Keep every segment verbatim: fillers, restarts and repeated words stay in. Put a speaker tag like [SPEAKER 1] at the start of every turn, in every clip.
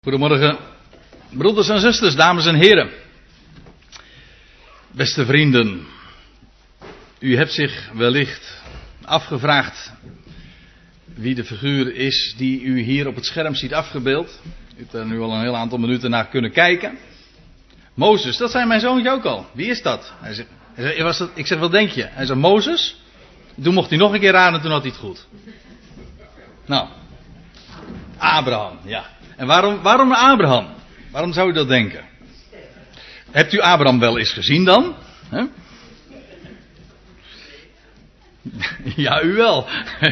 [SPEAKER 1] Goedemorgen, broeders en zusters, dames en heren. Beste vrienden, u hebt zich wellicht afgevraagd wie de figuur is die u hier op het scherm ziet afgebeeld. U hebt er nu al een heel aantal minuten naar kunnen kijken. Mozes, dat zei mijn zoontje ook al. Wie is dat? Hij zegt, hij zegt, was dat? Ik zeg, wat denk je? Hij zei, Mozes. Toen mocht hij nog een keer raden en toen had hij het goed. Nou, Abraham, ja. En waarom, waarom Abraham? Waarom zou u dat denken? Hebt u Abraham wel eens gezien dan? He? Ja, u wel.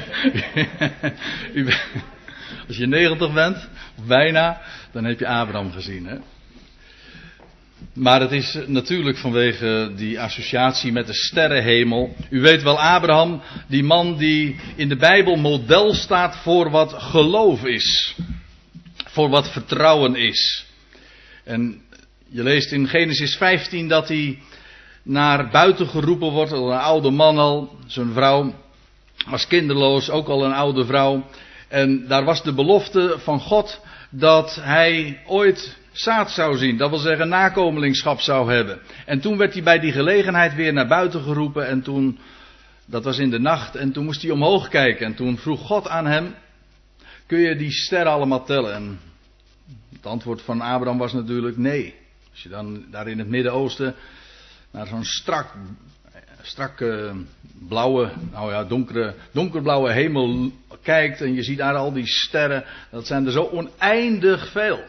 [SPEAKER 1] u, als je negentig bent, of bijna, dan heb je Abraham gezien. Hè? Maar het is natuurlijk vanwege die associatie met de sterrenhemel. U weet wel, Abraham, die man die in de Bijbel model staat voor wat geloof is. Voor wat vertrouwen is. En je leest in Genesis vijftien dat hij naar buiten geroepen wordt. Een oude man al. Zijn vrouw was kinderloos. Ook al een oude vrouw. En daar was de belofte van God dat hij ooit zaad zou zien. Dat wil zeggen nakomelingschap zou hebben. En toen werd hij bij die gelegenheid weer naar buiten geroepen. En toen, dat was in de nacht. En toen moest hij omhoog kijken. En toen vroeg God aan hem: kun je die sterren allemaal tellen? En het antwoord van Abraham was natuurlijk nee. Als je dan daar in het Midden-Oosten naar zo'n strak, strak uh, blauwe, nou ja, donkere, donkerblauwe hemel kijkt en je ziet daar al die sterren, dat zijn er zo oneindig veel.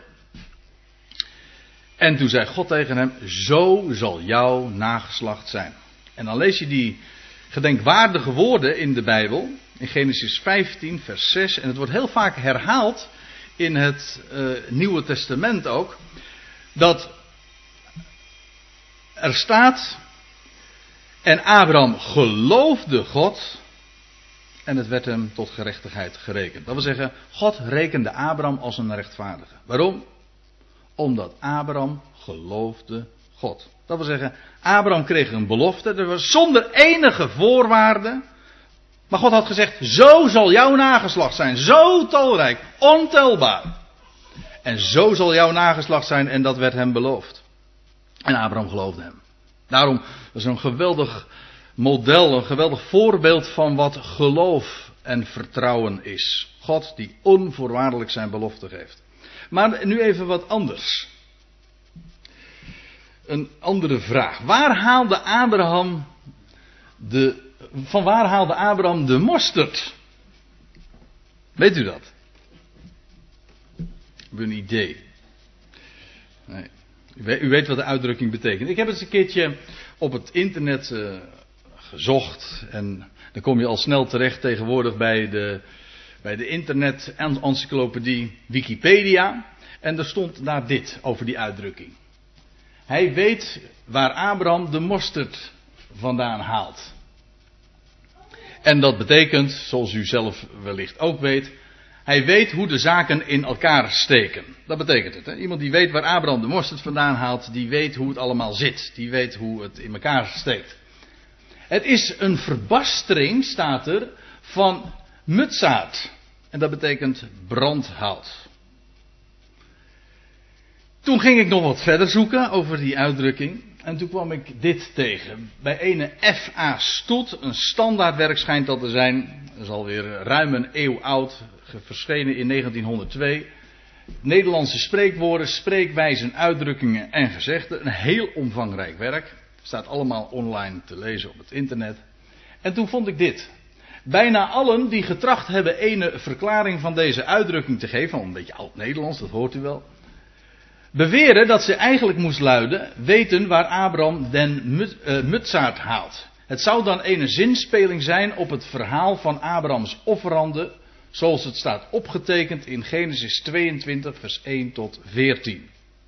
[SPEAKER 1] En toen zei God tegen hem: zo zal jouw nageslacht zijn. En dan lees je die gedenkwaardige woorden in de Bijbel. In Genesis vijftien, vers zes. En het wordt heel vaak herhaald in het uh, Nieuwe Testament ook. Dat er staat: en Abraham geloofde God. En het werd hem tot gerechtigheid gerekend. Dat wil zeggen, God rekende Abraham als een rechtvaardige. Waarom? Omdat Abraham geloofde God. Dat wil zeggen, Abraham kreeg een belofte. Dat was zonder enige voorwaarden. Maar God had gezegd: zo zal jouw nageslacht zijn. Zo talrijk. Ontelbaar. En zo zal jouw nageslacht zijn. En dat werd hem beloofd. En Abraham geloofde hem. Daarom, dat is een geweldig model. Een geweldig voorbeeld van wat geloof en vertrouwen is. God die onvoorwaardelijk zijn belofte geeft. Maar nu even wat anders. Een andere vraag. Waar haalde Abraham de... Van waar haalde Abraham de mosterd? Weet u dat? Ik heb een idee. Nee. U, weet, u weet wat de uitdrukking betekent. Ik heb het eens een keertje op het internet uh, gezocht. En dan kom je al snel terecht tegenwoordig bij de, bij de internet-encyclopedie Wikipedia. En er stond daar dit over die uitdrukking. Hij weet waar Abraham de mosterd vandaan haalt. En dat betekent, zoals u zelf wellicht ook weet, hij weet hoe de zaken in elkaar steken. Dat betekent het. Hè? Iemand die weet waar Abraham de mosterd vandaan haalt, die weet hoe het allemaal zit. Die weet hoe het in elkaar steekt. Het is een verbastering, staat er, van mutzaad. En dat betekent brandhout. Toen ging ik nog wat verder zoeken over die uitdrukking. En toen kwam ik dit tegen. Bij ene F A Stoet, een standaardwerk schijnt dat te zijn. Dat is alweer ruim een eeuw oud, verschenen in negentienhonderdtwee. Nederlandse spreekwoorden, spreekwijzen, uitdrukkingen en gezegden. Een heel omvangrijk werk. Staat allemaal online te lezen op het internet. En toen vond ik dit. Bijna allen die getracht hebben ene verklaring van deze uitdrukking te geven, al een beetje oud-Nederlands, dat hoort u wel, beweren dat ze eigenlijk moest luiden: weten waar Abraham den mut, uh, mutzaad haalt. Het zou dan ene zinspeling zijn op het verhaal van Abrahams offeranden, zoals het staat opgetekend in Genesis tweeëntwintig vers één tot veertien.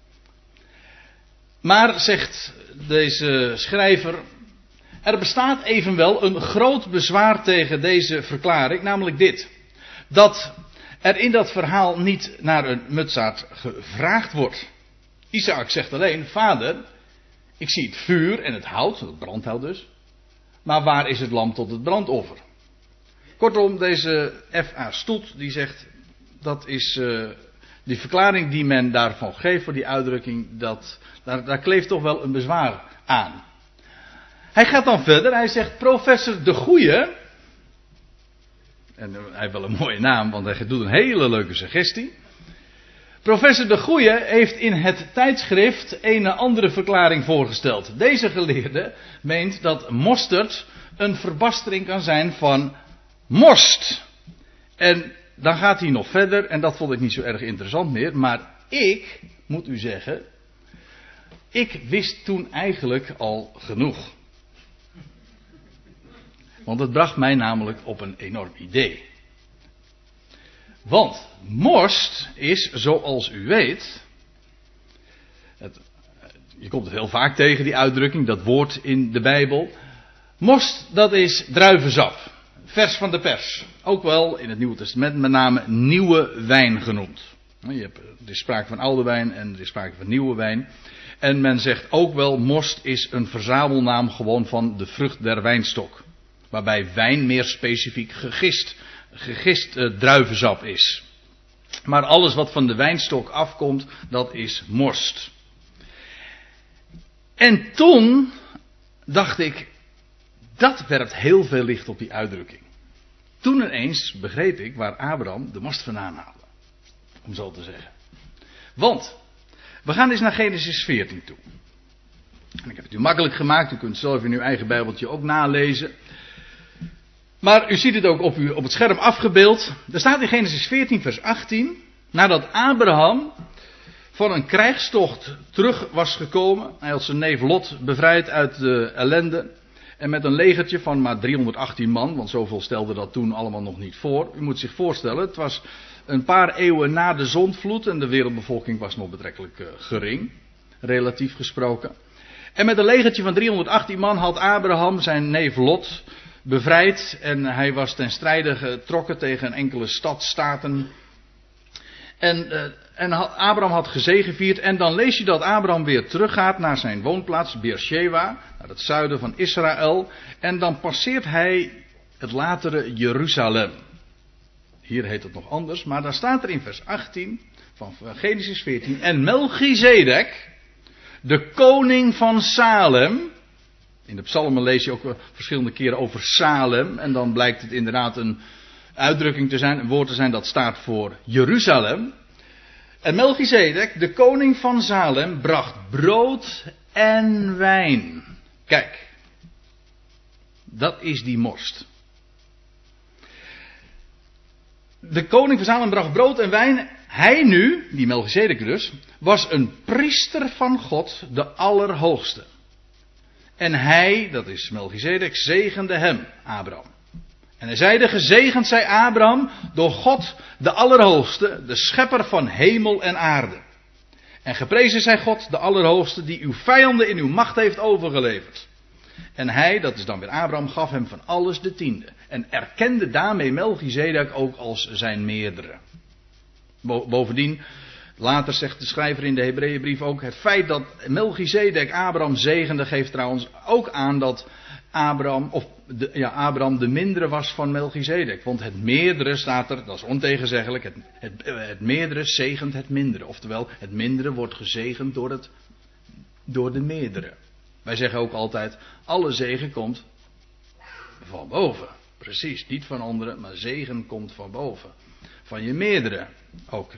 [SPEAKER 1] Maar, zegt deze schrijver, er bestaat evenwel een groot bezwaar tegen deze verklaring, namelijk dit: dat er in dat verhaal niet naar een mutzaad gevraagd wordt. Isaac zegt alleen: vader, ik zie het vuur en het hout, het brandhout dus, maar waar is het lam tot het brandoffer? Kortom, deze F A Stoet die zegt: dat is uh, die verklaring die men daarvan geeft voor die uitdrukking, dat, daar, daar kleeft toch wel een bezwaar aan. Hij gaat dan verder, hij zegt professor De Goeie, en hij heeft wel een mooie naam, want hij doet een hele leuke suggestie. Professor De Goeie heeft in het tijdschrift een andere verklaring voorgesteld. Deze geleerde meent dat mosterd een verbastering kan zijn van morst. En dan gaat hij nog verder, en dat vond ik niet zo erg interessant meer, maar ik, moet u zeggen, ik wist toen eigenlijk al genoeg. Want het bracht mij namelijk op een enorm idee. Want morst is, zoals u weet, het, je komt het heel vaak tegen, die uitdrukking, dat woord in de Bijbel. Morst, dat is druivensap, vers van de pers. Ook wel in het Nieuwe Testament met name nieuwe wijn genoemd. Je hebt, er is sprake van oude wijn en er is sprake van nieuwe wijn. En men zegt ook wel, morst is een verzamelnaam gewoon van de vrucht der wijnstok. Waarbij wijn meer specifiek gegist, gegist uh, druivensap is. Maar alles wat van de wijnstok afkomt, dat is morst. En toen dacht ik, dat werpt heel veel licht op die uitdrukking. Toen ineens begreep ik waar Abraham de morst vandaan haalde. Om zo te zeggen. Want, we gaan eens naar Genesis veertien toe. En ik heb het u makkelijk gemaakt, u kunt zelf in uw eigen Bijbeltje ook nalezen. Maar u ziet het ook op, u, op het scherm afgebeeld. Er staat in Genesis veertien vers achttien. Nadat Abraham van een krijgstocht terug was gekomen. Hij had zijn neef Lot bevrijd uit de ellende. En met een legertje van maar driehonderdachttien man. Want zoveel stelde dat toen allemaal nog niet voor. U moet zich voorstellen, het was een paar eeuwen na de zondvloed. En de wereldbevolking was nog betrekkelijk uh, gering. Relatief gesproken. En met een legertje van driehonderdachttien man had Abraham zijn neef Lot bevrijd. En hij was ten strijde getrokken tegen een enkele stadstaten. En, uh, en Abraham had gezegevierd. En dan lees je dat Abraham weer teruggaat naar zijn woonplaats Beersheba, naar het zuiden van Israël. En dan passeert hij het latere Jeruzalem. Hier heet het nog anders, maar dan staat er in vers achttien van Genesis veertien. En Melchizedek, de koning van Salem. In de psalmen lees je ook verschillende keren over Salem. En dan blijkt het inderdaad een uitdrukking te zijn, een woord te zijn dat staat voor Jeruzalem. En Melchizedek, de koning van Salem, bracht brood en wijn. Kijk, dat is die morst. De koning van Salem bracht brood en wijn. Hij nu, die Melchizedek dus, was een priester van God, de Allerhoogste. En hij, dat is Melchizedek, zegende hem, Abraham. En hij zeide, gezegend zij Abraham door God, de Allerhoogste, de schepper van hemel en aarde. En geprezen zij God, de Allerhoogste, die uw vijanden in uw macht heeft overgeleverd. En hij, dat is dan weer Abraham, gaf hem van alles de tiende. En erkende daarmee Melchizedek ook als zijn meerdere. Bovendien, later zegt de schrijver in de Hebreeënbrief ook, het feit dat Melchizedek Abraham zegende geeft trouwens ook aan dat Abraham, of de, ja, Abraham de mindere was van Melchizedek. Want het meerdere staat er, dat is ontegenzeggelijk, het, het, het meerdere zegent het mindere. Oftewel, het mindere wordt gezegend door, het, door de meerdere. Wij zeggen ook altijd, alle zegen komt van boven. Precies, niet van onderen, maar zegen komt van boven. Van je meerdere ook.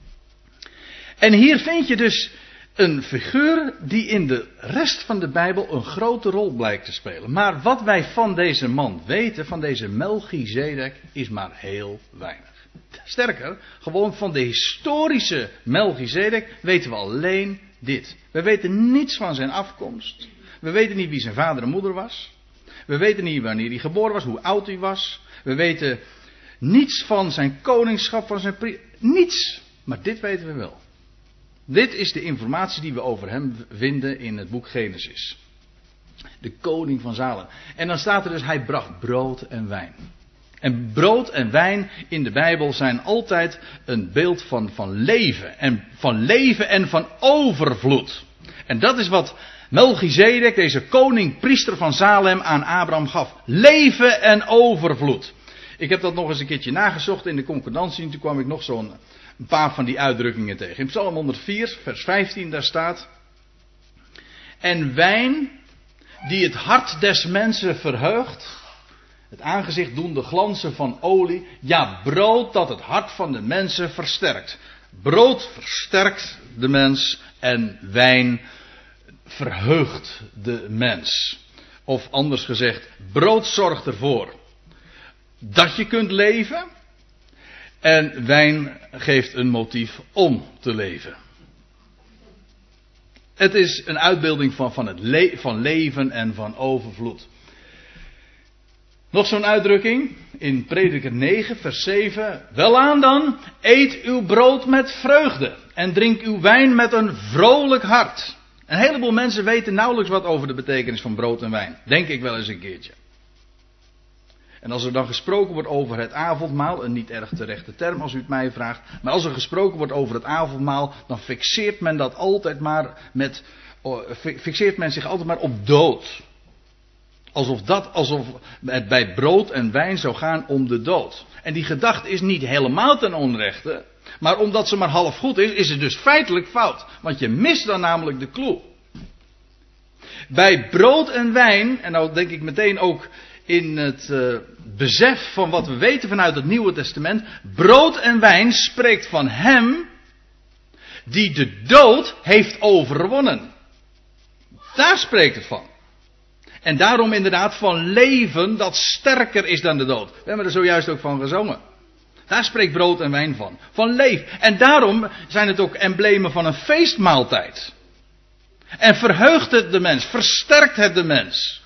[SPEAKER 1] En hier vind je dus een figuur die in de rest van de Bijbel een grote rol blijkt te spelen. Maar wat wij van deze man weten, van deze Melchizedek, is maar heel weinig. Sterker, gewoon van de historische Melchizedek weten we alleen dit. We weten niets van zijn afkomst. We weten niet wie zijn vader en moeder was. We weten niet wanneer hij geboren was, hoe oud hij was. We weten niets van zijn koningschap, van zijn pri- niets. Maar dit weten we wel. Dit is de informatie die we over hem vinden in het boek Genesis. De koning van Salem. En dan staat er dus, hij bracht brood en wijn. En brood en wijn in de Bijbel zijn altijd een beeld van, van leven. En van leven en van overvloed. En dat is wat Melchizedek, deze koning, priester van Salem, aan Abraham gaf. Leven en overvloed. Ik heb dat nog eens een keertje nagezocht in de concordantie. En toen kwam ik nog zo'n een paar van die uitdrukkingen tegen. In Psalm honderdvier, vers vijftien, daar staat: en wijn die het hart des mensen verheugt, het aangezicht doen de glanzen van olie, ja, brood dat het hart van de mensen versterkt. Brood versterkt de mens en wijn verheugt de mens. Of anders gezegd, brood zorgt ervoor dat je kunt leven en wijn geeft een motief om te leven. Het is een uitbeelding van, van, het le- van leven en van overvloed. Nog zo'n uitdrukking in Prediker negen, vers zeven. Welaan dan, eet uw brood met vreugde en drink uw wijn met een vrolijk hart. Een heleboel mensen weten nauwelijks wat over de betekenis van brood en wijn. Denk ik wel eens een keertje. En als er dan gesproken wordt over het avondmaal, een niet erg terechte term als u het mij vraagt, maar als er gesproken wordt over het avondmaal, dan fixeert men dat altijd maar met, fixeert men zich altijd maar op dood. Alsof dat, alsof het bij brood en wijn zou gaan om de dood. En die gedachte is niet helemaal ten onrechte, maar omdat ze maar half goed is, is het dus feitelijk fout. Want je mist dan namelijk de clue. Bij brood en wijn, en nou denk ik meteen ook in het uh, besef van wat we weten vanuit het Nieuwe Testament. Brood en wijn spreekt van hem die de dood heeft overwonnen. Daar spreekt het van. En daarom inderdaad van leven dat sterker is dan de dood. We hebben er zojuist ook van gezongen. Daar spreekt brood en wijn van. Van leef. En daarom zijn het ook emblemen van een feestmaaltijd. En verheugt het de mens. Versterkt het de mens.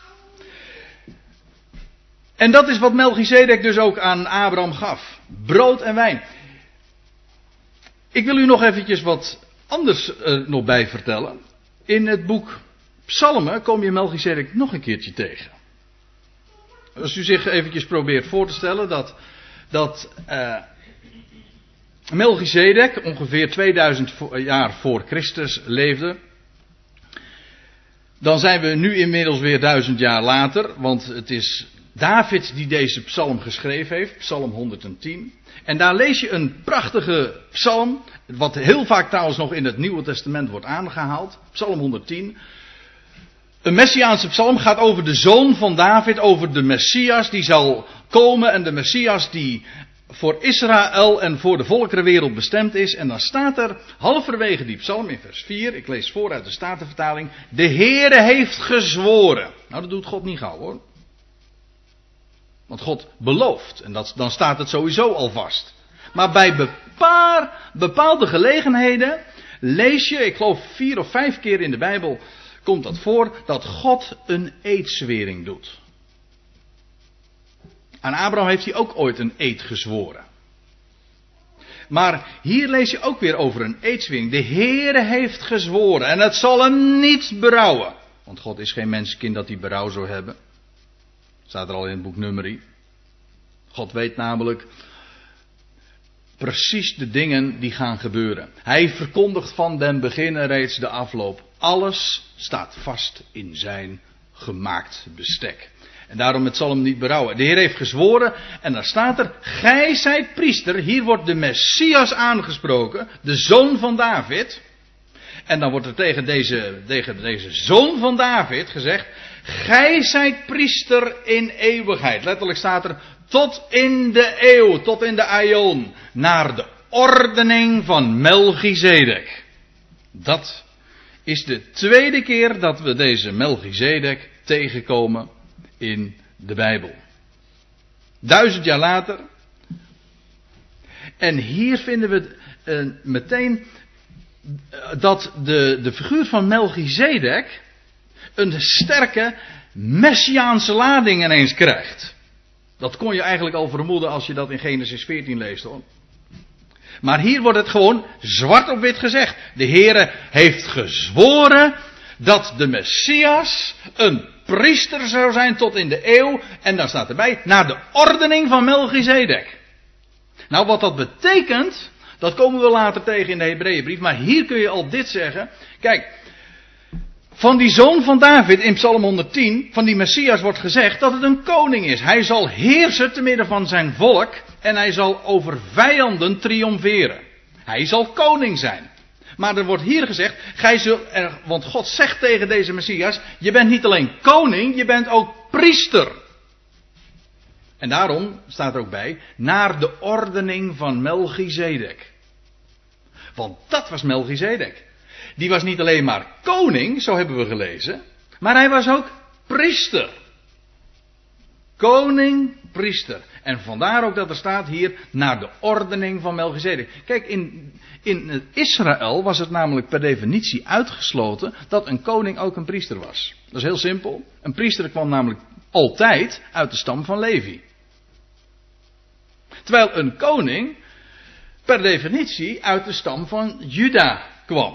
[SPEAKER 1] En dat is wat Melchizedek dus ook aan Abraham gaf. Brood en wijn. Ik wil u nog eventjes wat anders er nog bij vertellen. In het boek Psalmen kom je Melchizedek nog een keertje tegen. Als u zich eventjes probeert voor te stellen dat, dat uh, Melchizedek ongeveer tweeduizend jaar voor Christus leefde. Dan zijn we nu inmiddels weer duizend jaar later, want het is David die deze psalm geschreven heeft, psalm honderdtien. En daar lees je een prachtige psalm, wat heel vaak trouwens nog in het Nieuwe Testament wordt aangehaald, psalm honderdtien. Een Messiaanse psalm gaat over de zoon van David, over de Messias die zal komen en de Messias die voor Israël en voor de volkerenwereld bestemd is. En dan staat er halverwege die psalm in vers vier, ik lees voor uit de Statenvertaling, de Heere heeft gezworen. Nou, dat doet God niet gauw hoor. Want God belooft. En dat, dan staat het sowieso al vast. Maar bij bepaar, bepaalde gelegenheden lees je, ik geloof vier of vijf keer in de Bijbel komt dat voor, dat God een eedzwering doet. Aan Abraham heeft hij ook ooit een eed gezworen. Maar hier lees je ook weer over een eedzwering. De Heere heeft gezworen en het zal hem niet berouwen. Want God is geen mensenkind dat hij berouw zou hebben. Staat er al in het boek Numeri. God weet namelijk precies de dingen die gaan gebeuren. Hij verkondigt van den beginnen reeds de afloop. Alles staat vast in zijn gemaakt bestek. En daarom het zal hem niet berouwen. De Heer heeft gezworen en daar staat er, gij zijt priester. Hier wordt de Messias aangesproken, de zoon van David. En dan wordt er tegen deze, tegen deze zoon van David gezegd, gij zijt priester in eeuwigheid. Letterlijk staat er, tot in de eeuw, tot in de aion, naar de ordening van Melchizedek. Dat is de tweede keer dat we deze Melchizedek tegenkomen in de Bijbel. Duizend jaar later. En hier vinden we uh, meteen dat de, de figuur van Melchizedek een sterke messiaanse lading ineens krijgt. Dat kon je eigenlijk al vermoeden als je dat in Genesis veertien leest hoor. Maar hier wordt het gewoon zwart op wit gezegd. De Heere heeft gezworen dat de Messias een priester zou zijn tot in de eeuw. En dan staat erbij, naar de ordening van Melchizedek. Nou, wat dat betekent, dat komen we later tegen in de Hebreeënbrief. Maar hier kun je al dit zeggen. Kijk, van die zoon van David in Psalm honderdtien, van die Messias wordt gezegd dat het een koning is. Hij zal heersen te midden van zijn volk en hij zal over vijanden triomferen. Hij zal koning zijn. Maar er wordt hier gezegd, gij zult er, want God zegt tegen deze Messias, je bent niet alleen koning, je bent ook priester. En daarom staat er ook bij, naar de ordening van Melchizedek. Want dat was Melchizedek. Die was niet alleen maar koning, zo hebben we gelezen, maar hij was ook priester. Koning, priester. En vandaar ook dat er staat hier naar de ordening van Melchizedek. Kijk, in, in Israël was het namelijk per definitie uitgesloten dat een koning ook een priester was. Dat is heel simpel. Een priester kwam namelijk altijd uit de stam van Levi. Terwijl een koning per definitie uit de stam van Juda kwam.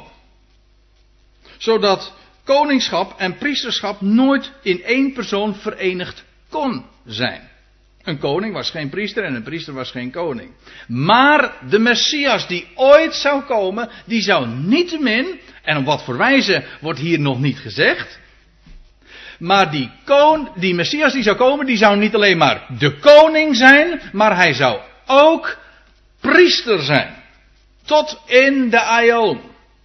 [SPEAKER 1] Zodat koningschap en priesterschap nooit in één persoon verenigd kon zijn. Een koning was geen priester en een priester was geen koning. Maar de Messias die ooit zou komen, die zou niettemin, en op wat voor wijze wordt hier nog niet gezegd, maar die, kon, die Messias die zou komen, die zou niet alleen maar de koning zijn, maar hij zou ook priester zijn. Tot in de aion.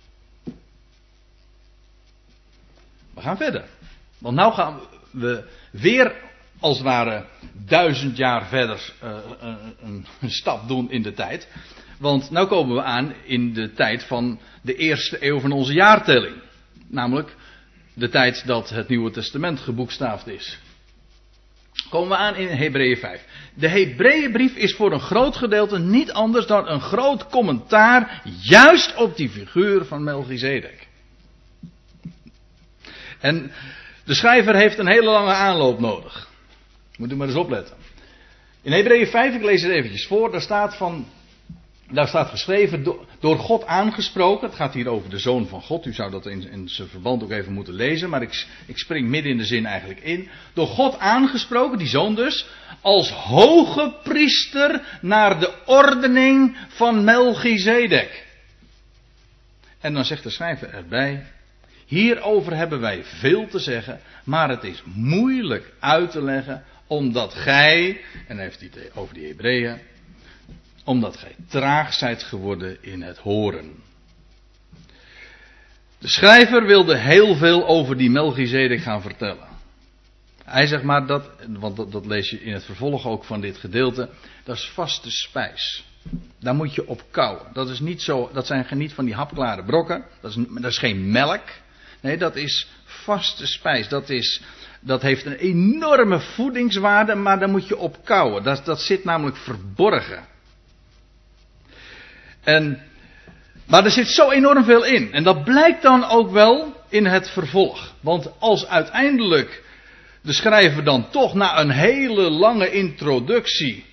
[SPEAKER 1] We gaan verder. Want nou gaan we weer als het ware duizend jaar verder uh, een, een stap doen in de tijd. Want nu komen we aan in de tijd van de eerste eeuw van onze jaartelling. Namelijk de tijd dat het Nieuwe Testament geboekstaafd is. Komen we aan in Hebreeën vijf. De Hebreeënbrief is voor een groot gedeelte niet anders dan een groot commentaar juist op die figuur van Melchizedek. En de schrijver heeft een hele lange aanloop nodig. Moet u maar eens opletten. In Hebreeën vijf, ik lees het eventjes voor, daar staat van, daar staat geschreven, door, door God aangesproken. Het gaat hier over de Zoon van God. U zou dat in, in zijn verband ook even moeten lezen, maar ik, ik spring midden in de zin eigenlijk in. Door God aangesproken, die Zoon dus, als hoge priester naar de ordening van Melchizedek. En dan zegt de schrijver erbij, hierover hebben wij veel te zeggen, maar het is moeilijk uit te leggen, omdat gij, en dan heeft hij het over die Hebreeën, omdat gij traag zijt geworden in het horen. De schrijver wilde heel veel over die Melchizedek gaan vertellen. Hij zegt maar dat, want dat, dat lees je in het vervolg ook van dit gedeelte, dat is vaste spijs. Daar moet je op kauwen. Dat is niet zo, dat zijn niet van die hapklare brokken, dat is, dat is geen melk. Nee, dat is vaste spijs. Dat, is, dat heeft een enorme voedingswaarde, maar daar moet je op kauwen. Dat, dat zit namelijk verborgen. En, maar er zit zo enorm veel in. En dat blijkt dan ook wel in het vervolg. Want als uiteindelijk de schrijver dan toch na een hele lange introductie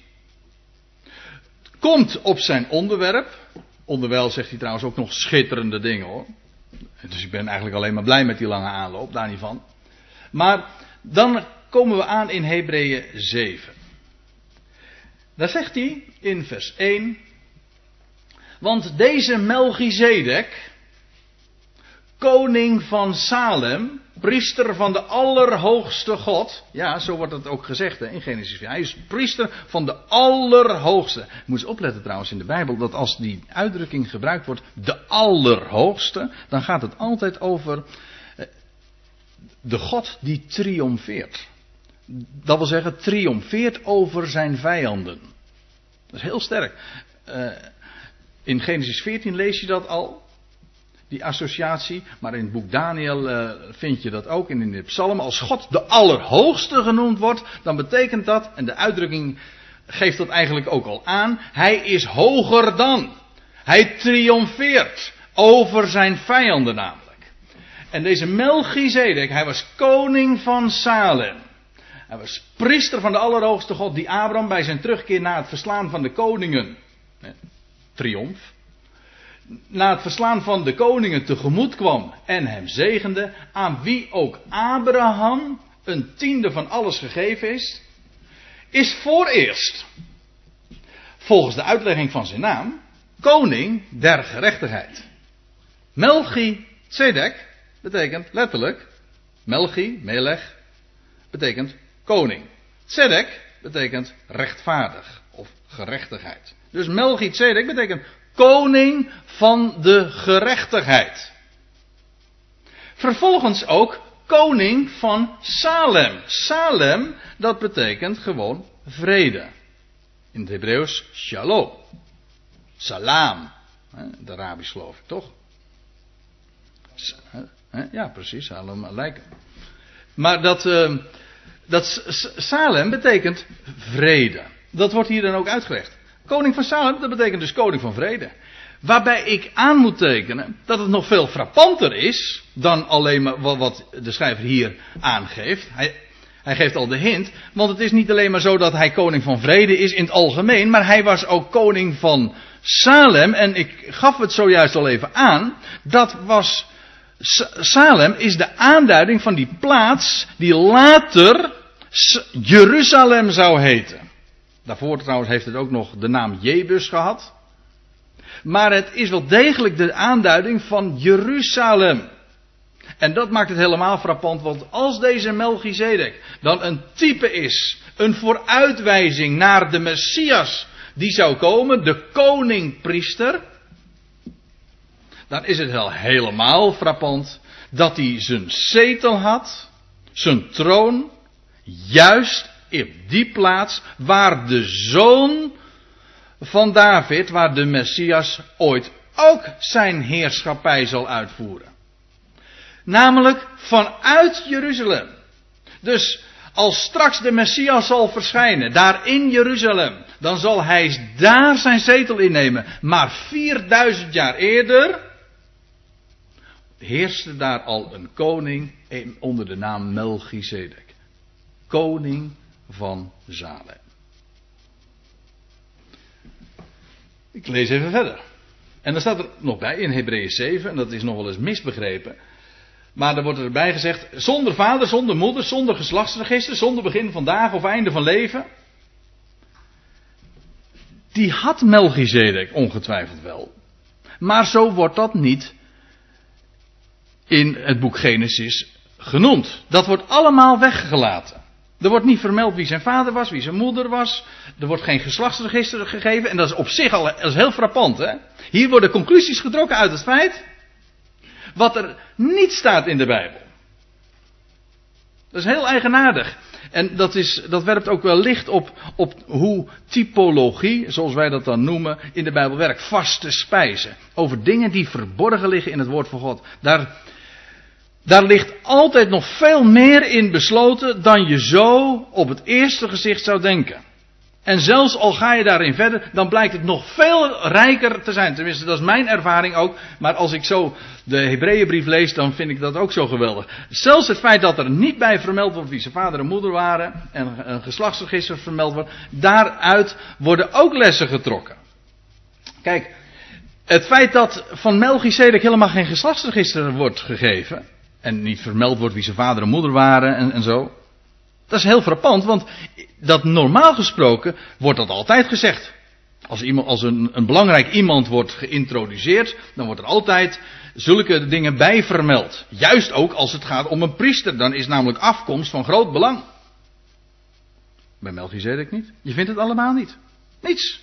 [SPEAKER 1] komt op zijn onderwerp. Onderwijl zegt hij trouwens ook nog schitterende dingen hoor. Dus ik ben eigenlijk alleen maar blij met die lange aanloop, daar niet van. Maar dan komen we aan in Hebreeën zeven. Daar zegt hij in vers één. Want deze Melchizedek, koning van Salem, priester van de Allerhoogste God. Ja, zo wordt het ook gezegd hè, in Genesis vier. Hij is priester van de Allerhoogste. Je moet eens opletten trouwens in de Bijbel, dat als die uitdrukking gebruikt wordt, de Allerhoogste, dan gaat het altijd over de God die triomfeert. Dat wil zeggen, triomfeert over zijn vijanden. Dat is heel sterk. Uh, in Genesis veertien lees je dat al. Die associatie, maar in het boek Daniel uh, vind je dat ook. En in de psalm, als God de Allerhoogste genoemd wordt, dan betekent dat, en de uitdrukking geeft dat eigenlijk ook al aan, hij is hoger dan. Hij triomfeert over zijn vijanden namelijk. En deze Melchizedek, hij was koning van Salem. Hij was priester van de Allerhoogste God, die Abraham bij zijn terugkeer na het verslaan van de koningen, eh, triomf, na het verslaan van de koningen tegemoet kwam en hem zegende, aan wie ook Abraham een tiende van alles gegeven is, is vooreerst, volgens de uitlegging van zijn naam, koning der gerechtigheid. Melchizedek betekent letterlijk, Melchi, Melech, betekent koning. Tzedek betekent rechtvaardig of gerechtigheid. Dus Melchizedek betekent koning van de gerechtigheid. Vervolgens ook koning van Salem. Salem, dat betekent gewoon vrede. In het Hebreeuws shalom. Salam. Het Arabisch geloof ik, toch? Ja, precies. Salam aleikum. Maar dat, uh, dat Salem betekent vrede. Dat wordt hier dan ook uitgelegd. Koning van Salem, dat betekent dus koning van vrede. Waarbij ik aan moet tekenen dat het nog veel frappanter is dan alleen maar wat de schrijver hier aangeeft. Hij, hij geeft al de hint, want het is niet alleen maar zo dat hij koning van vrede is in het algemeen, maar hij was ook koning van Salem. En ik gaf het zojuist al even aan, dat was, Salem is de aanduiding van die plaats die later Jeruzalem zou heten. Daarvoor trouwens heeft het ook nog de naam Jebus gehad. Maar het is wel degelijk de aanduiding van Jeruzalem. En dat maakt het helemaal frappant, want als deze Melchizedek dan een type is, een vooruitwijzing naar de Messias die zou komen, de koning-priester, dan is het wel helemaal frappant dat hij zijn zetel had, zijn troon, juist op die plaats waar de zoon van David, waar de Messias ooit ook zijn heerschappij zal uitvoeren. Namelijk vanuit Jeruzalem. Dus als straks de Messias zal verschijnen, daar in Jeruzalem, dan zal hij daar zijn zetel innemen. Maar vierduizend jaar eerder heerste daar al een koning onder de naam Melchizedek. Koning van Salem. Ik lees even verder. En dan staat er nog bij in Hebreeën zeven, en dat is nog wel eens misbegrepen. Maar er wordt erbij gezegd, zonder vader, zonder moeder, zonder geslachtsregister, zonder begin van dagen of einde van leven. Die had Melchizedek ongetwijfeld wel. Maar zo wordt dat niet in het boek Genesis genoemd. Dat wordt allemaal weggelaten. Er wordt niet vermeld wie zijn vader was, wie zijn moeder was. Er wordt geen geslachtsregister gegeven. En dat is op zich al dat is heel frappant. Hè? Hier worden conclusies getrokken uit het feit wat er niet staat in de Bijbel. Dat is heel eigenaardig. En dat, is, dat werpt ook wel licht op, op hoe typologie, zoals wij dat dan noemen, in de Bijbel werkt. Vaste spijzen. Over dingen die verborgen liggen in het woord van God. Daar, daar ligt altijd nog veel meer in besloten dan je zo op het eerste gezicht zou denken. En zelfs al ga je daarin verder, dan blijkt het nog veel rijker te zijn. Tenminste, dat is mijn ervaring ook. Maar als ik zo de Hebreeënbrief lees, dan vind ik dat ook zo geweldig. Zelfs het feit dat er niet bij vermeld wordt wie zijn vader en moeder waren, en een geslachtsregister vermeld wordt, daaruit worden ook lessen getrokken. Kijk, het feit dat van Melchizedek helemaal geen geslachtsregister wordt gegeven, en niet vermeld wordt wie zijn vader en moeder waren en, en zo. Dat is heel frappant, want dat normaal gesproken wordt dat altijd gezegd. Als, iemand, als een, een belangrijk iemand wordt geïntroduceerd, dan wordt er altijd zulke dingen bij vermeld. Juist ook als het gaat om een priester, dan is namelijk afkomst van groot belang. Bij Melchizedek niet. Je vindt het allemaal niet. Niets.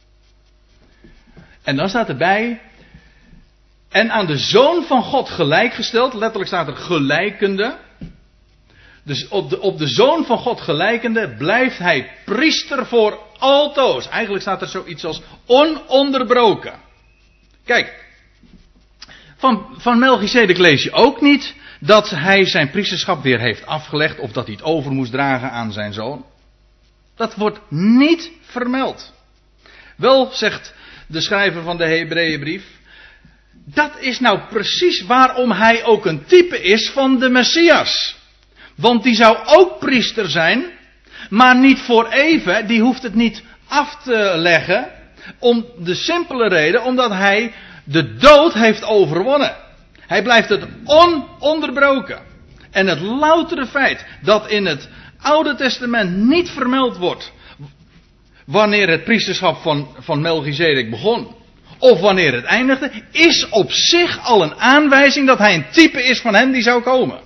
[SPEAKER 1] En dan staat erbij, en aan de Zoon van God gelijkgesteld, letterlijk staat er gelijkende. Dus op de, op de Zoon van God gelijkende blijft hij priester voor altoos. Eigenlijk staat er zoiets als ononderbroken. Kijk, van, van Melchizedek lees je ook niet dat hij zijn priesterschap weer heeft afgelegd of dat hij het over moest dragen aan zijn zoon. Dat wordt niet vermeld. Wel zegt de schrijver van de Hebreeënbrief, dat is nou precies waarom hij ook een type is van de Messias. Want die zou ook priester zijn, maar niet voor even, die hoeft het niet af te leggen, om de simpele reden, omdat hij de dood heeft overwonnen. Hij blijft het ononderbroken. En het loutere feit dat in het Oude Testament niet vermeld wordt wanneer het priesterschap van, van Melchizedek begon, of wanneer het eindigde, is op zich al een aanwijzing dat hij een type is van hem die zou komen.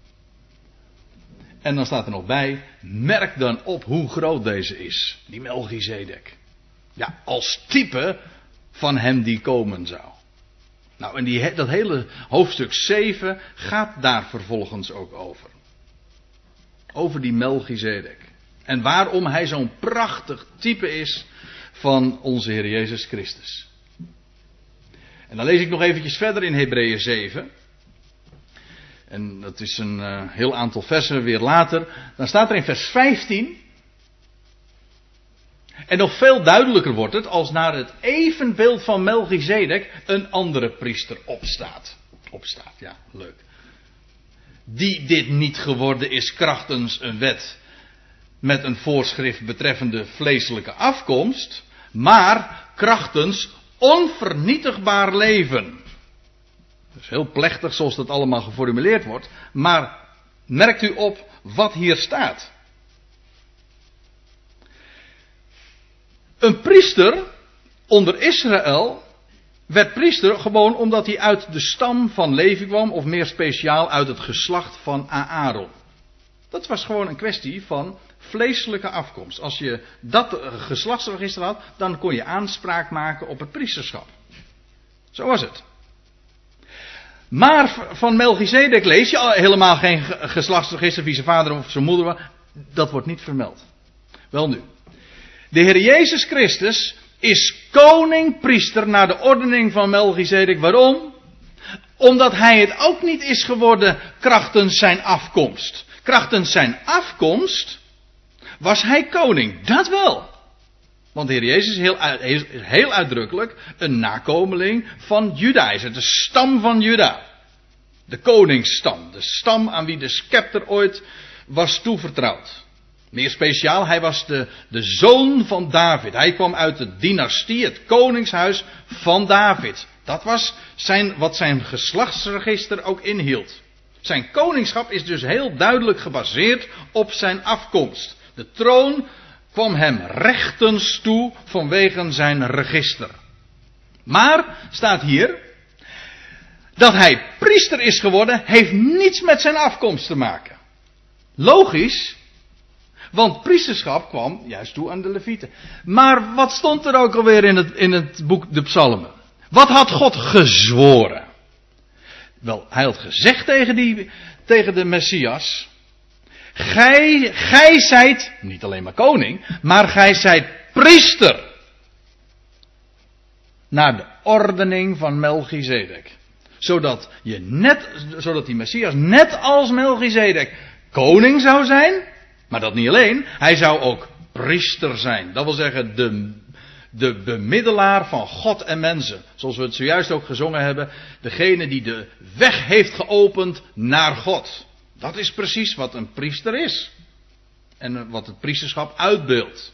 [SPEAKER 1] En dan staat er nog bij, merk dan op hoe groot deze is, die Melchizedek. Ja, als type van hem die komen zou. Nou, en die, dat hele hoofdstuk zeven gaat daar vervolgens ook over. Over die Melchizedek. En waarom hij zo'n prachtig type is van onze Heer Jezus Christus. En dan lees ik nog eventjes verder in Hebreeën zeven. En dat is een uh, heel aantal versen weer later. Dan staat er in vers vijftien. En nog veel duidelijker wordt het als naar het evenbeeld van Melchizedek een andere priester opstaat. Opstaat, ja, leuk. Die dit niet geworden is krachtens een wet met een voorschrift betreffende vleeselijke afkomst, maar krachtens onvernietigbaar leven. Dus heel plechtig zoals dat allemaal geformuleerd wordt, maar merkt u op wat hier staat. Een priester onder Israël werd priester gewoon omdat hij uit de stam van Levi kwam, of meer speciaal uit het geslacht van Aaron. Dat was gewoon een kwestie van vleeselijke afkomst. Als je dat geslachtsregister had, dan kon je aanspraak maken op het priesterschap. Zo was het. Maar van Melchizedek lees je al helemaal geen geslachtsregister, wie zijn vader of zijn moeder was. Dat wordt niet vermeld. Wel nu. De Heer Jezus Christus is koning-priester naar de ordening van Melchizedek. Waarom? Omdat hij het ook niet is geworden krachtens zijn afkomst. Krachtens zijn afkomst was hij koning. Dat wel. Want de Heer Jezus is heel, is heel uitdrukkelijk een nakomeling van Juda. Hij is uit de stam van Juda. De koningsstam. De stam aan wie de scepter ooit was toevertrouwd. Meer speciaal, hij was de, de zoon van David. Hij kwam uit de dynastie, het koningshuis van David. Dat was zijn, wat zijn geslachtsregister ook inhield. Zijn koningschap is dus heel duidelijk gebaseerd op zijn afkomst. De troon kwam hem rechtens toe vanwege zijn register. Maar, staat hier, dat hij priester is geworden, heeft niets met zijn afkomst te maken. Logisch. Want priesterschap kwam juist toe aan de Levieten. Maar wat stond er ook alweer in het, in het boek de Psalmen? Wat had God gezworen? Wel, hij had gezegd tegen, die, tegen de Messias. Gij, gij zijt, niet alleen maar koning, maar gij zijt priester. Naar de ordening van Melchizedek. Zodat je net, zodat die Messias net als Melchizedek koning zou zijn. Maar dat niet alleen, hij zou ook priester zijn. Dat wil zeggen de, de bemiddelaar van God en mensen. Zoals we het zojuist ook gezongen hebben. Degene die de weg heeft geopend naar God. Dat is precies wat een priester is. En wat het priesterschap uitbeeldt.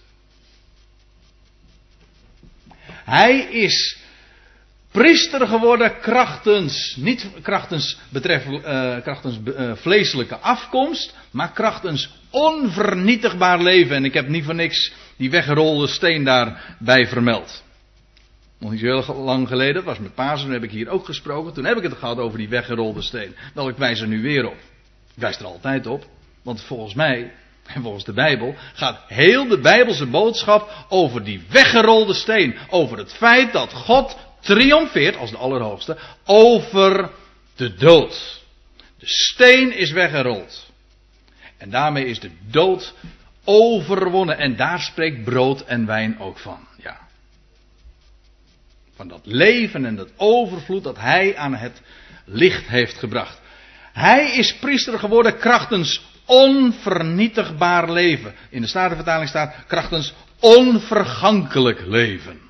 [SPEAKER 1] Hij is priester geworden krachtens, niet krachtens, betreft, uh, krachtens uh, vleeselijke afkomst, maar krachtens onvernietigbaar leven. En ik heb niet voor niks die weggerolde steen daarbij vermeld. Nog niet zo heel lang geleden, dat was met Pasen, toen heb ik hier ook gesproken. Toen heb ik het gehad over die weggerolde steen. Wel, ik wijs er nu weer op. Ik wijs er altijd op, want volgens mij, en volgens de Bijbel, gaat heel de Bijbelse boodschap over die weggerolde steen. Over het feit dat God triomfeert, als de Allerhoogste, over de dood. De steen is weggerold. En daarmee is de dood overwonnen. En daar spreekt brood en wijn ook van. Ja. Van dat leven en dat overvloed dat hij aan het licht heeft gebracht. Hij is priester geworden krachtens onvernietigbaar leven. In de Statenvertaling staat krachtens onvergankelijk leven.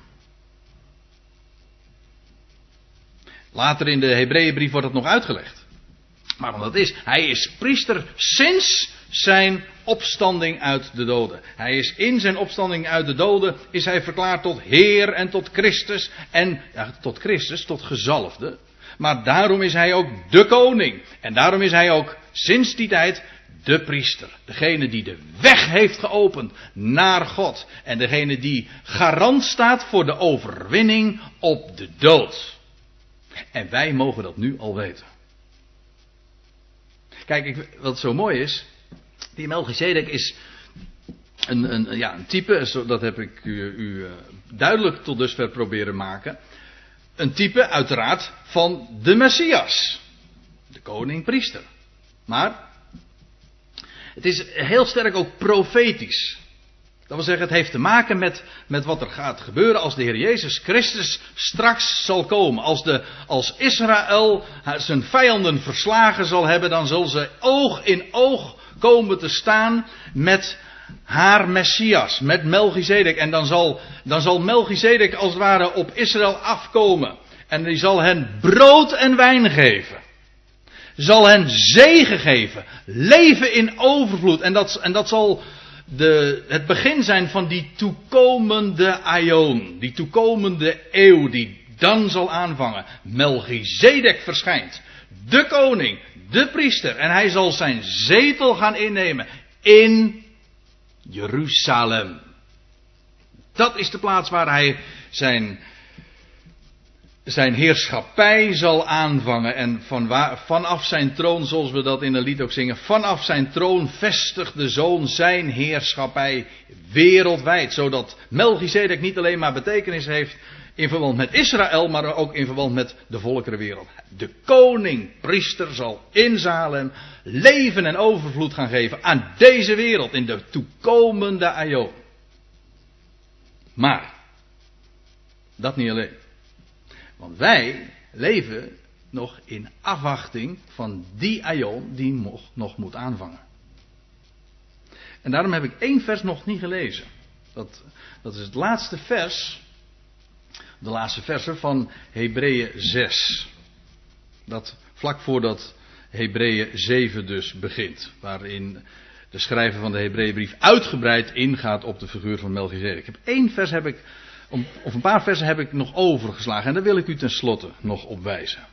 [SPEAKER 1] Later in de Hebreeënbrief wordt het nog uitgelegd. Maar wat dat is, hij is priester sinds zijn opstanding uit de doden. Hij is in zijn opstanding uit de doden, is hij verklaard tot Heer en tot Christus. En ja, tot Christus, tot gezalfde. Maar daarom is hij ook de koning. En daarom is hij ook sinds die tijd de priester. Degene die de weg heeft geopend naar God. En degene die garant staat voor de overwinning op de dood. En wij mogen dat nu al weten. Kijk, ik, wat zo mooi is. Die Melchizedek is Een, een, ja, een type, dat heb ik u, u duidelijk tot dusver proberen maken. Een type uiteraard van de Messias. De koning-priester. Maar het is heel sterk ook profetisch. Dat wil zeggen, het heeft te maken met, met wat er gaat gebeuren als de Heer Jezus Christus straks zal komen. Als, de, als Israël zijn vijanden verslagen zal hebben, dan zullen ze oog in oog komen te staan met haar Messias, met Melchizedek. En dan zal, dan zal Melchizedek als het ware op Israël afkomen. En die zal hen brood en wijn geven. Zal hen zegen geven. Leven in overvloed. En dat, en dat zal de, het begin zijn van die toekomende aion. Die toekomende eeuw die dan zal aanvangen. Melchizedek verschijnt. De koning, de priester. En hij zal zijn zetel gaan innemen in Jeruzalem. Dat is de plaats waar hij zijn, zijn heerschappij zal aanvangen. En van waar, vanaf zijn troon, zoals we dat in een lied ook zingen, vanaf zijn troon vestigt de Zoon zijn heerschappij wereldwijd. Zodat Melchizedek niet alleen maar betekenis heeft in verband met Israël, maar ook in verband met de volkerenwereld. De koning, priester zal in Salem leven en overvloed gaan geven aan deze wereld in de toekomende aion. Maar dat niet alleen. Want wij leven nog in afwachting van die aion die nog, nog moet aanvangen. En daarom heb ik één vers nog niet gelezen. Dat, dat is het laatste vers. De laatste versen van Hebreeën zes. Dat vlak voordat Hebreeën zeven dus begint. Waarin de schrijver van de Hebreeënbrief uitgebreid ingaat op de figuur van Melchizedek. Ik heb één vers heb ik, of een paar versen heb ik nog overgeslagen. En daar wil ik u tenslotte nog op wijzen.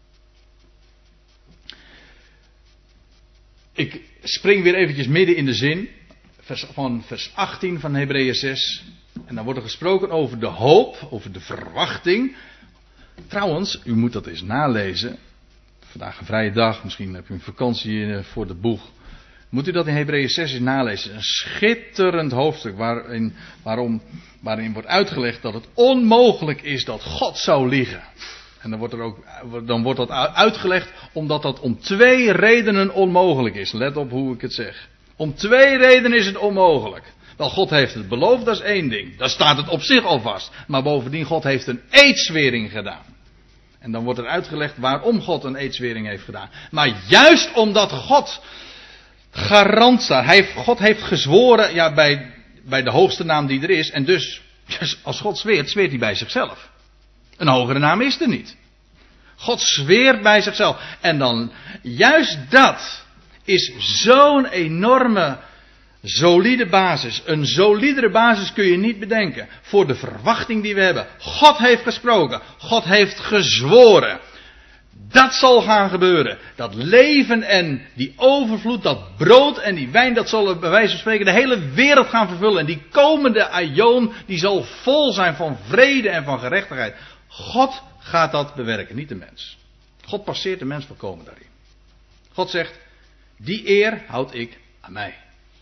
[SPEAKER 1] Ik spring weer eventjes midden in de zin. Vers, van vers achttien van Hebreeën zes. En dan wordt er gesproken over de hoop, over de verwachting. Trouwens, u moet dat eens nalezen. Vandaag een vrije dag, misschien heb u een vakantie voor de boeg. Moet u dat in Hebreeën zes eens nalezen. Een schitterend hoofdstuk waarin, waarom, waarin wordt uitgelegd dat het onmogelijk is dat God zou liegen. En dan wordt, er ook, dan wordt dat uitgelegd omdat dat om twee redenen onmogelijk is. Let op hoe ik het zeg. Om twee redenen is het onmogelijk. Wel, God heeft het beloofd, dat is één ding. Daar staat het op zich al vast. Maar bovendien, God heeft een eedzwering gedaan. En dan wordt er uitgelegd waarom God een eedzwering heeft gedaan. Maar juist omdat God garant staat. Hij, God heeft gezworen ja, bij, bij de hoogste naam die er is. En dus, als God zweert, zweert hij bij zichzelf. Een hogere naam is er niet. God zweert bij zichzelf. En dan, juist dat is zo'n enorme solide basis. Een solidere basis kun je niet bedenken. Voor de verwachting die we hebben. God heeft gesproken. God heeft gezworen. Dat zal gaan gebeuren. Dat leven en die overvloed, dat brood en die wijn, dat zal bij wijze van spreken de hele wereld gaan vervullen. En die komende aion, die zal vol zijn van vrede en van gerechtigheid. God gaat dat bewerken, niet de mens. God passeert de mens volkomen daarin. God zegt, die eer houd ik aan mij.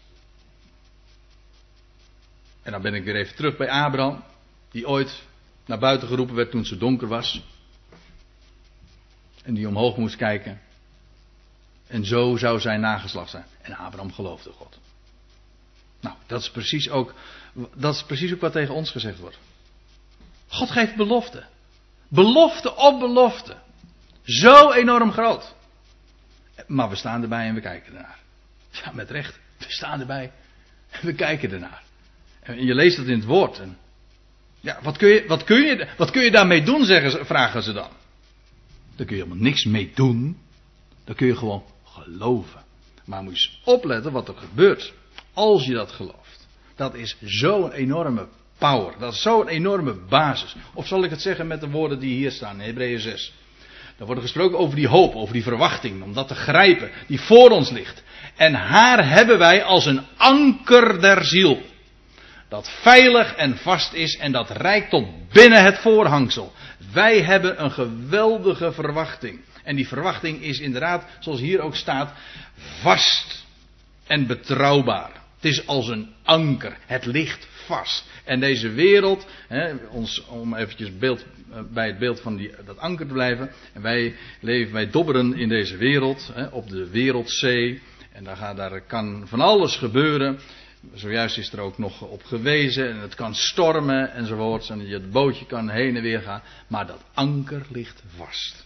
[SPEAKER 1] En dan ben ik weer even terug bij Abraham, die ooit naar buiten geroepen werd toen het zo donker was. En die omhoog moest kijken. En zo zou zijn nageslacht zijn. En Abraham geloofde God. Nou, dat is precies ook, dat is precies ook wat tegen ons gezegd wordt. God geeft belofte. Belofte op belofte. Zo enorm groot. Maar we staan erbij en we kijken ernaar. Ja, met recht. We staan erbij en we kijken ernaar. En je leest het in het woord. En ja, wat kun je, wat kun je, wat kun je daarmee doen, zeggen ze, vragen ze dan. Daar kun je helemaal niks mee doen. Dan kun je gewoon geloven. Maar moet je eens opletten wat er gebeurt. Als je dat gelooft. Dat is zo'n enorme power. Dat is zo'n enorme basis. Of zal ik het zeggen met de woorden die hier staan in Hebreeën zes. Daar wordt er gesproken over die hoop, over die verwachting. Om dat te grijpen, die voor ons ligt. En haar hebben wij als een anker der ziel. Dat veilig en vast is en dat reikt tot binnen het voorhangsel. Wij hebben een geweldige verwachting. En die verwachting is inderdaad, zoals hier ook staat, vast en betrouwbaar. Het is als een anker. Het ligt vast. En deze wereld, hè, ons, om eventjes beeld, bij het beeld van die, dat anker te blijven. En wij leven, wij dobberen in deze wereld, hè, op de wereldzee. En daar, gaat, daar kan van alles gebeuren. Zojuist is er ook nog op gewezen. En het kan stormen enzovoorts. En het bootje kan heen en weer gaan. Maar dat anker ligt vast.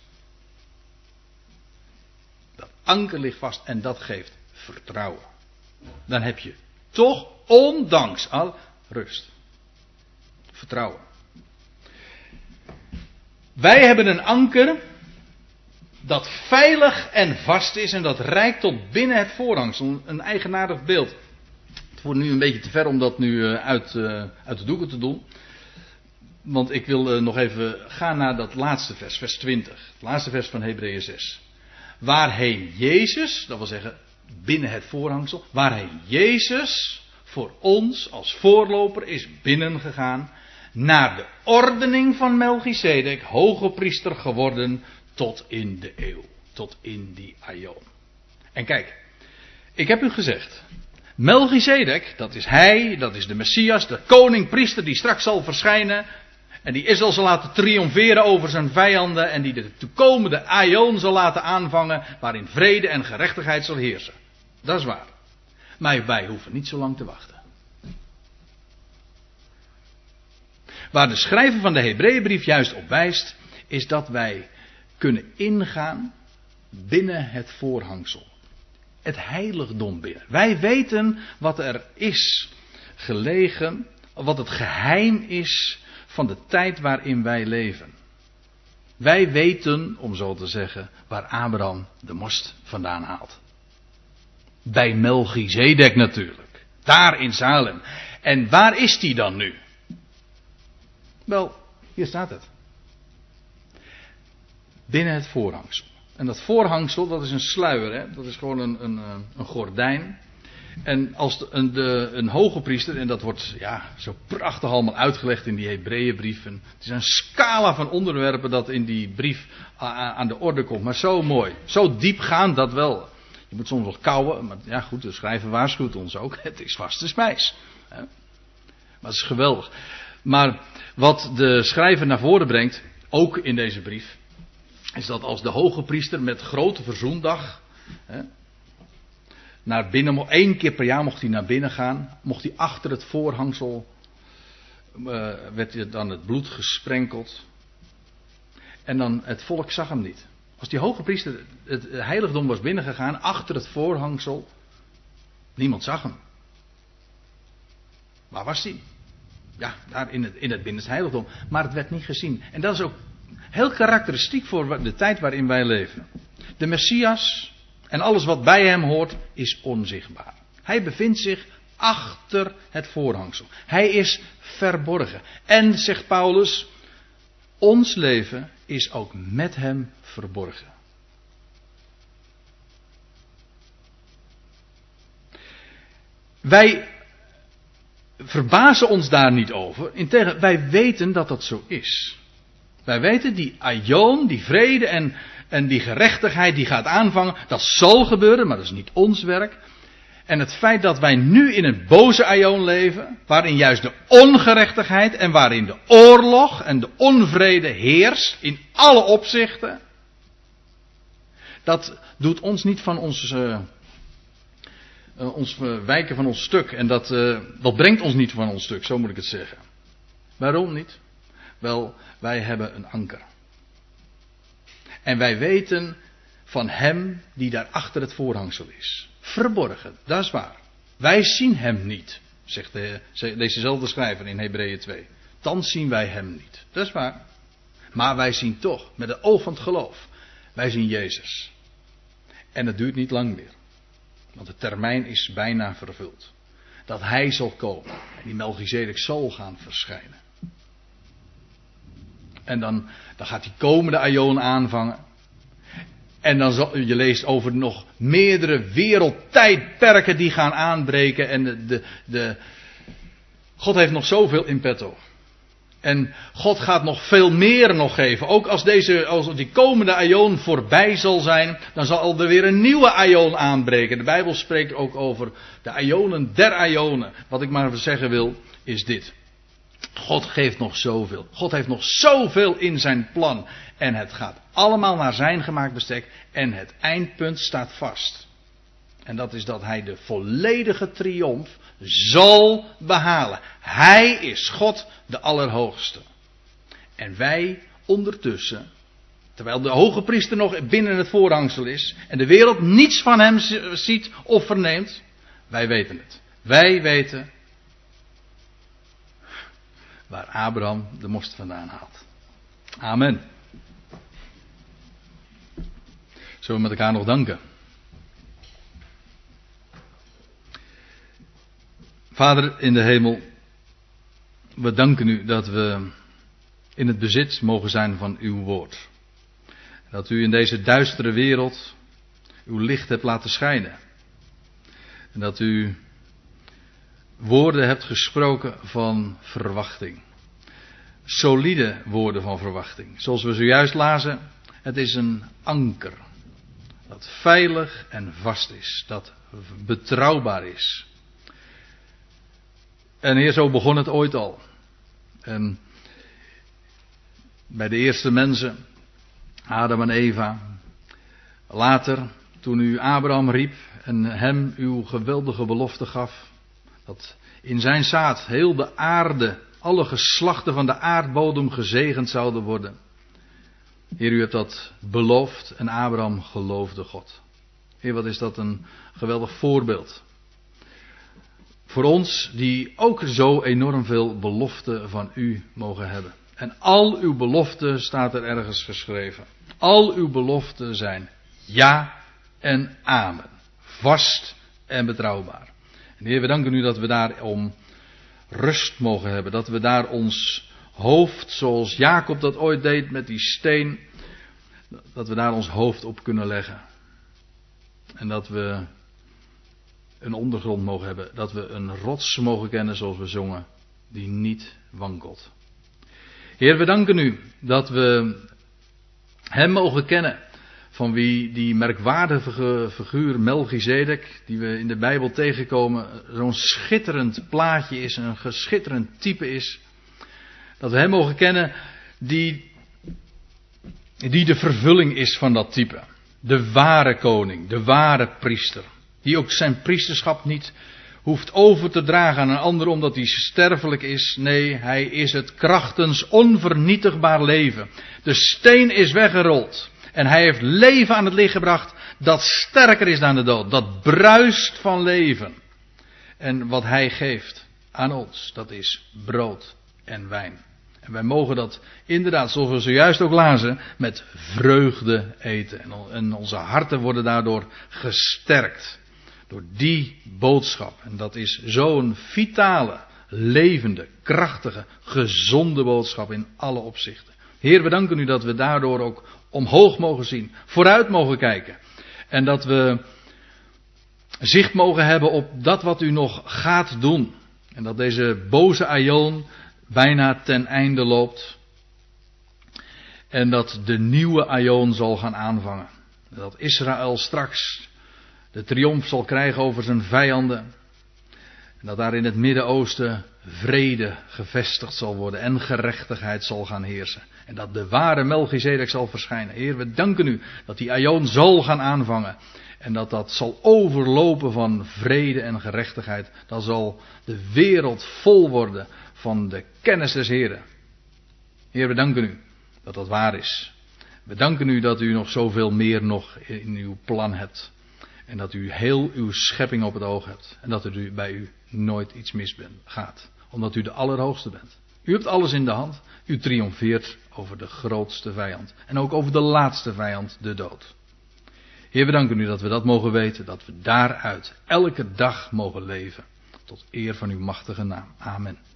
[SPEAKER 1] Dat anker ligt vast en dat geeft vertrouwen. Dan heb je toch, ondanks al, rust. Vertrouwen. Wij hebben een anker dat veilig en vast is en dat reikt tot binnen het voorhangsel. Een eigenaardig beeld. Het wordt nu een beetje te ver om dat nu uit, uh, uit de doeken te doen. Want ik wil uh, nog even gaan naar dat laatste vers, vers twintig. Het laatste vers van Hebreeën zes. Waarheen Jezus, dat wil zeggen binnen het voorhangsel, waarheen Jezus voor ons als voorloper is binnengegaan, naar de ordening van Melchizedek, hoge priester geworden tot in de eeuw, tot in die aion. En kijk, ik heb u gezegd, Melchizedek, dat is hij, dat is de Messias, de koning-priester die straks zal verschijnen. En die Israël zal laten triomferen over zijn vijanden. En die de toekomende aion zal laten aanvangen. Waarin vrede en gerechtigheid zal heersen. Dat is waar. Maar wij hoeven niet zo lang te wachten. Waar de schrijver van de Hebreeënbrief juist op wijst. Is dat wij kunnen ingaan binnen het voorhangsel. Het heiligdom binnen. Wij weten wat er is gelegen. Wat het geheim is van de tijd waarin wij leven. Wij weten, om zo te zeggen, waar Abraham de most vandaan haalt. Bij Melchizedek natuurlijk. Daar in Salem. En waar is die dan nu? Wel, hier staat het. Binnen het voorhangsel. En dat voorhangsel, dat is een sluier, hè? Dat is gewoon een, een, een gordijn. En als de, een, de, een hoge priester, en dat wordt ja, zo prachtig allemaal uitgelegd in die Hebreeënbrief. Het is een scala van onderwerpen dat in die brief a, aan de orde komt. Maar zo mooi, zo diepgaand dat wel. Je moet soms wel kauwen, maar ja goed, de schrijver waarschuwt ons ook. Het is vaste spijs. Hè? Maar het is geweldig. Maar wat de schrijver naar voren brengt, ook in deze brief, is dat als de hoge priester met grote verzoendag, hè, naar binnen, één keer per jaar mocht hij naar binnen gaan. Mocht hij achter het voorhangsel, uh, werd dan het bloed gesprenkeld. En dan, het volk zag hem niet. Als die hoge priester het heiligdom was binnengegaan, achter het voorhangsel, niemand zag hem. Waar was hij? Ja, daar in het, in het binnenste heiligdom. Maar het werd niet gezien. En dat is ook heel karakteristiek voor de tijd waarin wij leven. De Messias en alles wat bij hem hoort is onzichtbaar. Hij bevindt zich achter het voorhangsel. Hij is verborgen. En, zegt Paulus, ons leven is ook met hem verborgen. Wij verbazen ons daar niet over. Integendeel, wij weten dat dat zo is. Wij weten die aion, die vrede en, en die gerechtigheid die gaat aanvangen. Dat zal gebeuren, maar dat is niet ons werk. En het feit dat wij nu in een boze aion leven, waarin juist de ongerechtigheid en waarin de oorlog en de onvrede heerst in alle opzichten. Dat doet ons niet van ons, uh, uh, ons uh, wijken van ons stuk. En dat, uh, dat brengt ons niet van ons stuk, zo moet ik het zeggen. Waarom niet? Wel, wij hebben een anker. En wij weten van hem die daar achter het voorhangsel is. Verborgen, dat is waar. Wij zien hem niet, zegt de, dezezelfde schrijver in Hebreeën twee. Dan zien wij hem niet. Dat is waar. Maar wij zien toch, met het oog van het geloof, wij zien Jezus. En het duurt niet lang meer. Want de termijn is bijna vervuld. Dat hij zal komen. En die Melchizedek zal gaan verschijnen. En dan, dan gaat die komende aion aanvangen. En dan zal, je leest over nog meerdere wereldtijdperken die gaan aanbreken. En de, de, de, God heeft nog zoveel in petto. En God gaat nog veel meer nog geven. Ook als, deze, als die komende aion voorbij zal zijn, dan zal er weer een nieuwe aion aanbreken. De Bijbel spreekt ook over de aionen der aionen. Wat ik maar zeggen wil, is dit. God geeft nog zoveel. God heeft nog zoveel in zijn plan. En het gaat allemaal naar zijn gemaakt bestek. En het eindpunt staat vast. En dat is dat hij de volledige triomf zal behalen. Hij is God de Allerhoogste. En wij ondertussen, terwijl de hoge priester nog binnen het voorhangsel is en de wereld niets van hem ziet of verneemt, wij weten het. Wij weten waar Abraham de most vandaan haalt. Amen. Zullen we met elkaar nog danken? Vader in de hemel, we danken u dat we in het bezit mogen zijn van uw woord. Dat u in deze duistere wereld uw licht hebt laten schijnen. En dat u woorden hebt gesproken van verwachting. Solide woorden van verwachting. Zoals we zojuist lazen, het is een anker. Dat veilig en vast is. Dat betrouwbaar is. En Heer, zo begon het ooit al. En bij de eerste mensen, Adam en Eva. Later, toen u Abraham riep en hem uw geweldige belofte gaf. Dat in zijn zaad heel de aarde, alle geslachten van de aardbodem gezegend zouden worden. Heer, u hebt dat beloofd en Abraham geloofde God. Heer, wat is dat een geweldig voorbeeld. Voor ons die ook zo enorm veel beloften van u mogen hebben. En al uw beloften staat er ergens geschreven. Al uw beloften zijn ja en amen. Vast en betrouwbaar. En Heer, we danken u dat we daarom rust mogen hebben. Dat we daar ons hoofd, zoals Jacob dat ooit deed met die steen. Dat we daar ons hoofd op kunnen leggen. En dat we een ondergrond mogen hebben. Dat we een rots mogen kennen zoals we zongen. Die niet wankelt. Heer, we danken u dat we hem mogen kennen. Van wie die merkwaardige figuur Melchizedek, die we in de Bijbel tegenkomen, zo'n schitterend plaatje is, een geschitterend type is. Dat we hem mogen kennen die, die de vervulling is van dat type. De ware koning, de ware priester. Die ook zijn priesterschap niet hoeft over te dragen aan een ander omdat hij sterfelijk is. Nee, hij is het krachtens onvernietigbaar leven. De steen is weggerold. En hij heeft leven aan het licht gebracht dat sterker is dan de dood. Dat bruist van leven. En wat hij geeft aan ons, dat is brood en wijn. En wij mogen dat inderdaad, zoals we zojuist ook lazen, met vreugde eten. En onze harten worden daardoor gesterkt. Door die boodschap. En dat is zo'n vitale, levende, krachtige, gezonde boodschap in alle opzichten. Heer, we danken u dat we daardoor ook omhoog mogen zien. Vooruit mogen kijken. En dat we zicht mogen hebben op dat wat u nog gaat doen. En dat deze boze aion bijna ten einde loopt. En dat de nieuwe aion zal gaan aanvangen. Dat Israël straks de triomf zal krijgen over zijn vijanden. En dat daar in het Midden-Oosten vrede gevestigd zal worden en gerechtigheid zal gaan heersen. En dat de ware Melchizedek zal verschijnen. Heer, we danken u dat die aion zal gaan aanvangen. En dat dat zal overlopen van vrede en gerechtigheid. Dan zal de wereld vol worden van de kennis des Heren. Heer, we danken u dat dat waar is. We danken u dat u nog zoveel meer nog in uw plan hebt. En dat u heel uw schepping op het oog hebt. En dat er bij u nooit iets misgaat. Omdat u de Allerhoogste bent. U hebt alles in de hand. U triomfeert over de grootste vijand. En ook over de laatste vijand, de dood. Heer, we danken u dat we dat mogen weten. Dat we daaruit elke dag mogen leven. Tot eer van uw machtige naam. Amen.